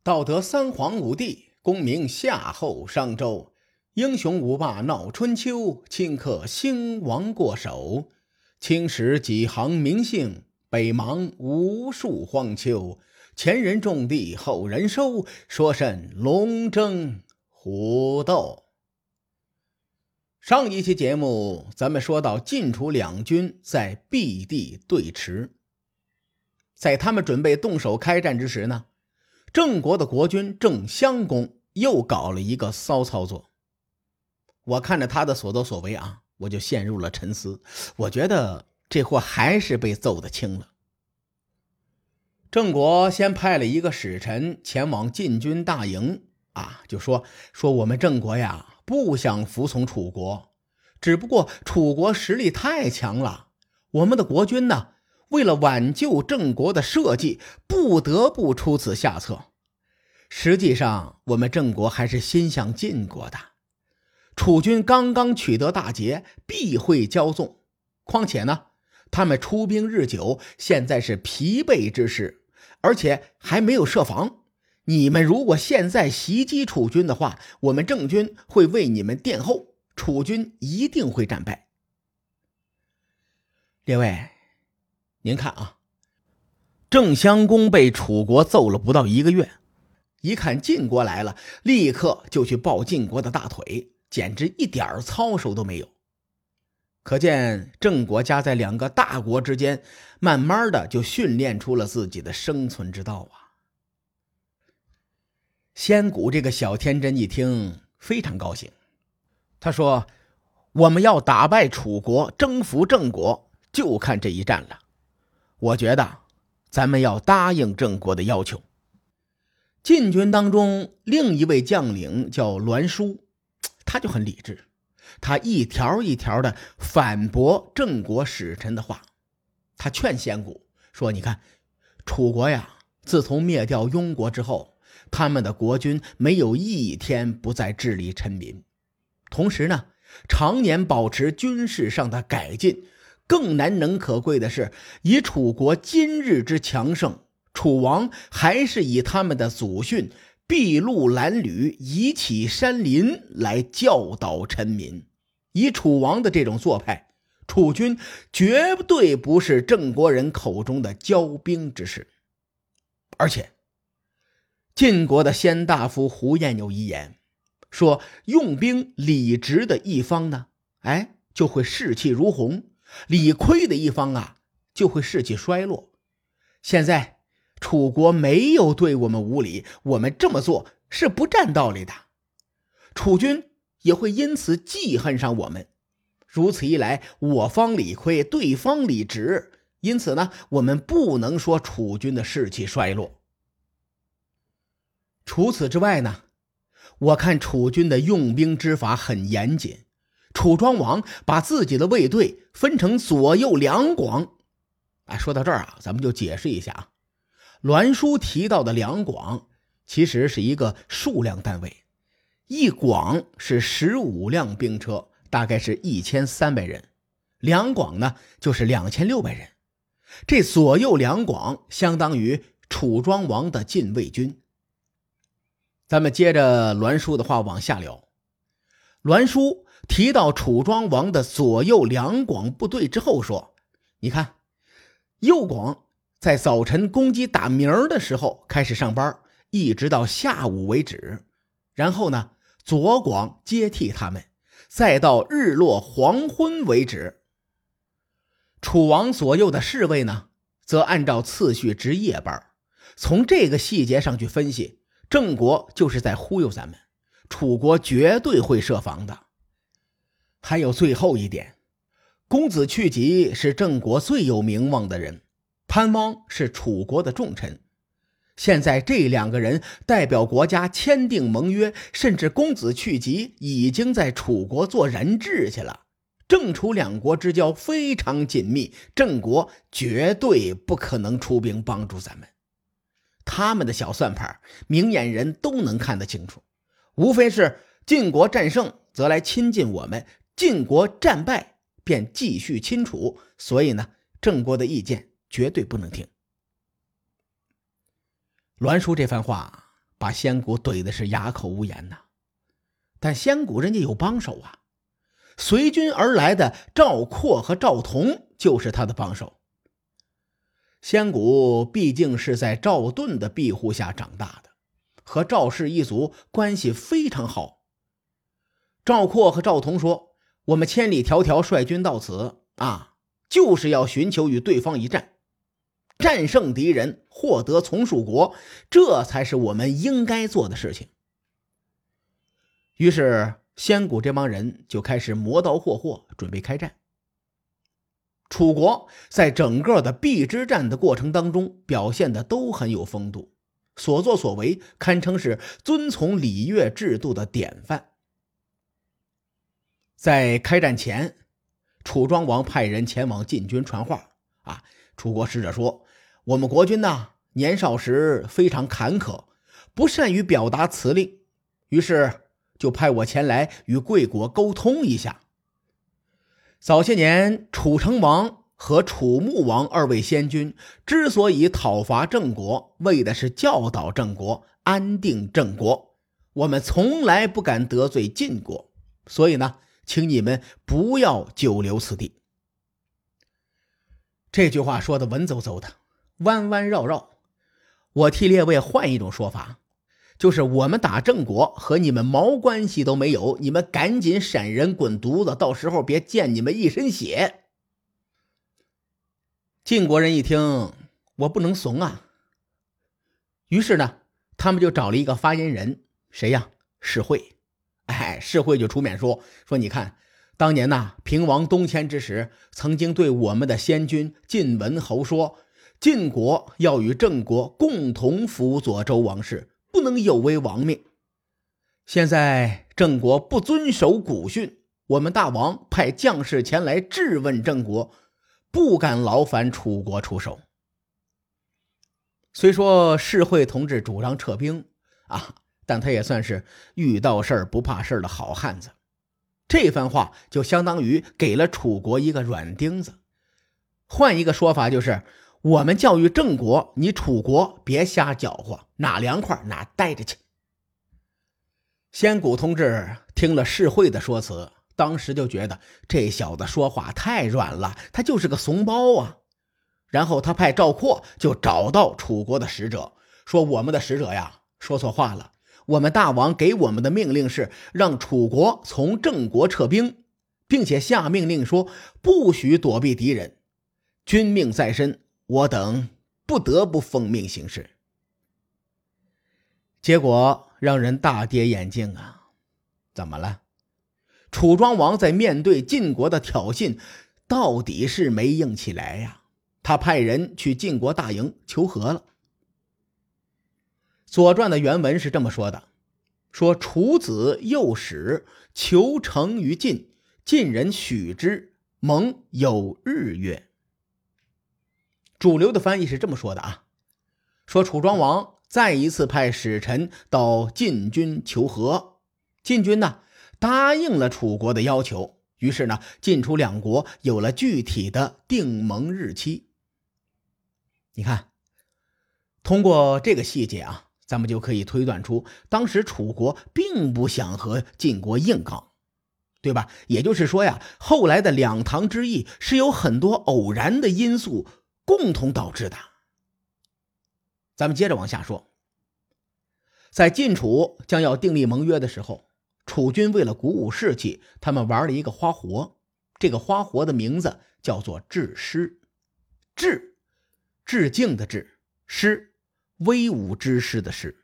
道德三皇五帝，功名夏后商周。英雄五霸闹春秋，顷刻兴亡过手。青史几行名姓，北邙无数荒丘。前人种地，后人收，说甚龙争虎斗。上一期节目咱们说到晋楚两军在毕地对峙，在他们准备动手开战之时呢，郑国的国君郑襄公又搞了一个骚操作。我看着他的所作所为啊，我就陷入了沉思。我觉得这货还是被揍得轻了。郑国先派了一个使臣前往晋军大营啊，就说我们郑国呀不想服从楚国，只不过楚国实力太强了，我们的国君呢为了挽救郑国的社稷，不得不出此下策。实际上我们郑国还是心向晋国的，楚军刚刚取得大捷，必会骄纵，况且呢他们出兵日久，现在是疲惫之势，而且还没有设防。你们如果现在袭击楚军的话，我们郑军会为你们殿后，楚军一定会战败。列位，您看啊，郑襄公被楚国揍了不到1个月，一看晋国来了，立刻就去抱晋国的大腿，简直一点操守都没有。可见郑国家在两个大国之间，慢慢的就训练出了自己的生存之道啊。先谷这个小天真一听非常高兴，他说我们要打败楚国，征服郑国，就看这一战了。我觉得咱们要答应郑国的要求。晋军当中另一位将领叫栾书，他就很理智，他一条一条的反驳郑国使臣的话。他劝先谷说，你看楚国呀，自从灭掉庸国之后，他们的国君没有一天不在治理臣民，同时呢常年保持军事上的改进。更难能可贵的是，以楚国今日之强盛，楚王还是以他们的祖训筚路蓝缕，以启山林来教导臣民。以楚王的这种做派，楚军绝对不是郑国人口中的骄兵之士。而且晋国的先大夫胡彦有遗言说，用兵理直的一方呢，就会士气如虹，理亏的一方啊就会士气衰落。现在楚国没有对我们无礼，我们这么做是不占道理的，楚军也会因此记恨上我们。如此一来，我方理亏，对方理直，因此呢，我们不能说楚军的士气衰落。除此之外呢，我看楚军的用兵之法很严谨。楚庄王把自己的卫队分成左右两广。说到这儿啊，咱们就解释一下啊。栾书提到的两广其实是一个数量单位，一广是15辆兵车，大概是1300人，两广呢就是2600人。这左右两广相当于楚庄王的禁卫军。咱们接着栾书的话往下聊。栾书提到楚庄王的左右两广部队之后说，你看右广在早晨公鸡打鸣的时候开始上班，一直到下午为止，然后呢左广接替他们，再到日落黄昏为止。楚王左右的侍卫呢则按照次序值夜班。从这个细节上去分析，郑国就是在忽悠咱们，楚国绝对会设防的。还有最后一点，公子去疾是郑国最有名望的人，潘汪是楚国的重臣。现在这两个人代表国家签订盟约，甚至公子去疾已经在楚国做人质去了。郑楚两国之交非常紧密，郑国绝对不可能出兵帮助咱们。他们的小算盘，明眼人都能看得清楚，无非是晋国战胜则来亲近我们，晋国战败便继续亲楚，所以呢，郑国的意见绝对不能听。栾书这番话把先谷怼的是哑口无言呐。但先谷人家有帮手啊，随军而来的赵括和赵同就是他的帮手。先谷毕竟是在赵盾的庇护下长大的，和赵氏一族关系非常好。赵括和赵同说，我们千里迢迢率军到此啊，就是要寻求与对方一战，战胜敌人，获得从属国，这才是我们应该做的事情。于是先谷这帮人就开始磨刀霍霍，准备开战。楚国在整个的邲之战的过程当中表现的都很有风度，所作所为堪称是遵从礼乐制度的典范。在开战前，楚庄王派人前往晋军传话啊，楚国使者说，我们国君呢，年少时非常坎坷，不善于表达辞令，于是就派我前来与贵国沟通一下。早些年，楚成王和楚穆王二位先君之所以讨伐郑国，为的是教导郑国，安定郑国。我们从来不敢得罪晋国，所以呢，请你们不要久留此地。这句话说的文绉绉的，弯弯绕绕。我替列位换一种说法，就是我们打郑国和你们毛关系都没有，你们赶紧闪人滚犊子，到时候别溅你们一身血。晋国人一听，我不能怂啊，于是呢，他们就找了一个发言人，谁呀？士会。士会就出面说你看，当年平王东迁之时，曾经对我们的先君晋文侯说，晋国要与郑国共同辅佐周王室，不能有违王命。现在郑国不遵守古训，我们大王派将士前来质问郑国，不敢劳烦楚国出手。虽说士会同志主张撤兵啊，但他也算是遇到事儿不怕事儿的好汉子。这番话就相当于给了楚国一个软钉子。换一个说法就是，我们教育郑国，你楚国别瞎搅和，哪凉快哪待着去。先谷同志听了士会的说辞，当时就觉得这小子说话太软了，他就是个怂包啊。然后他派赵括就找到楚国的使者，说我们的使者呀，说错话了，我们大王给我们的命令是让楚国从郑国撤兵，并且下命令说不许躲避敌人，君命在身，我等不得不奉命行事。结果让人大跌眼镜啊！怎么了？楚庄王在面对晋国的挑衅，到底是没硬起来呀。他派人去晋国大营求和了。左传的原文是这么说的，说楚子幼使求成于晋，晋人许之，蒙有日月。主流的翻译是这么说的啊，说楚庄王再一次派使臣到晋军求和，晋军呢答应了楚国的要求，于是呢晋楚两国有了具体的定盟日期。你看，通过这个细节啊，咱们就可以推断出当时楚国并不想和晋国硬刚，对吧？也就是说呀，后来的两唐之役是有很多偶然的因素共同导致的。咱们接着往下说，在晋楚将要订立盟约的时候，楚军为了鼓舞士气，他们玩了一个花活，这个花活的名字叫做致师。致敬的致，师威武之师的师。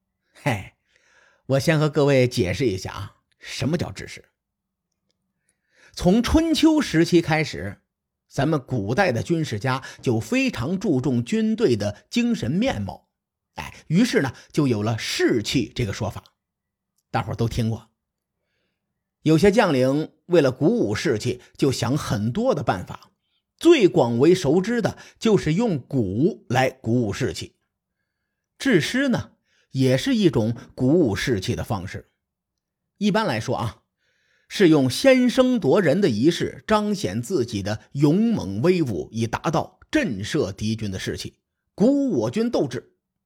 我先和各位解释一下啊，什么叫致师？从春秋时期开始，咱们古代的军事家就非常注重军队的精神面貌，于是呢就有了士气这个说法，大伙儿都听过。有些将领为了鼓舞士气，就想很多的办法，最广为熟知的就是用鼓来鼓舞士气。致师呢，也是一种鼓舞士气的方式。一般来说啊，是用先声夺人的仪式彰显自己的勇猛威武，以达到震慑敌军的士气，鼓舞我军斗志。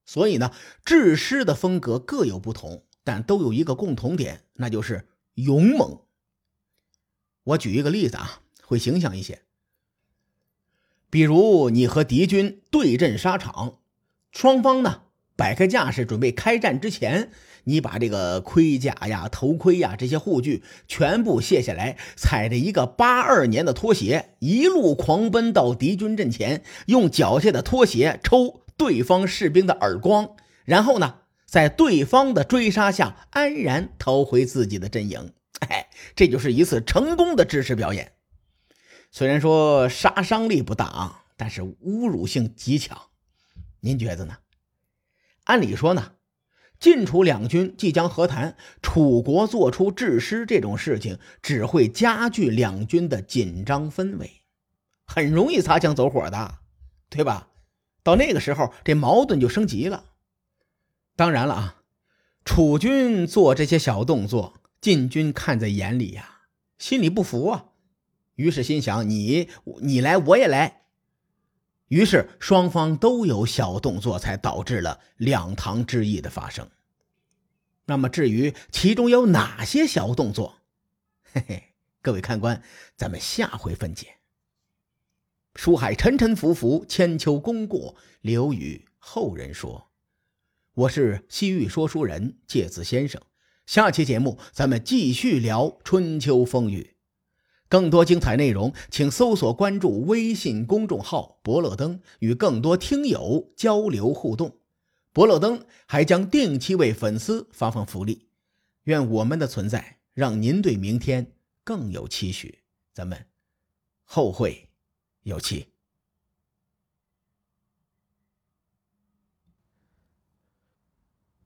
所以呢，制诗的风格各有不同，但都有一个共同点，那就是勇猛。我举一个例子啊，会形象一些。比如你和敌军对阵沙场，双方呢摆开架势准备开战之前，你把这个盔甲呀、头盔呀这些护具全部卸下来，踩着一个82年的拖鞋，一路狂奔到敌军阵前，用脚下的拖鞋抽对方士兵的耳光，然后呢在对方的追杀下安然逃回自己的阵营。这就是一次成功的制诗表演。虽然说杀伤力不大啊，但是侮辱性极强。您觉得呢？按理说呢，晋楚两军即将和谈，楚国做出制诗这种事情，只会加剧两军的紧张氛围，很容易擦枪走火的，对吧？到那个时候，这矛盾就升级了。当然了啊，楚军做这些小动作，晋军看在眼里呀，心里不服啊。于是心想你来我也来，于是双方都有小动作，才导致了两唐之役的发生。那么至于其中有哪些小动作，各位看官，咱们下回分解。书海沉沉浮浮，千秋功过留与后人说。我是西域说书人介子先生，下期节目咱们继续聊春秋风雨。更多精彩内容，请搜索关注微信公众号伯乐灯，与更多听友交流互动。伯乐灯还将定期为粉丝发放福利。愿我们的存在让您对明天更有期许。咱们后会有期。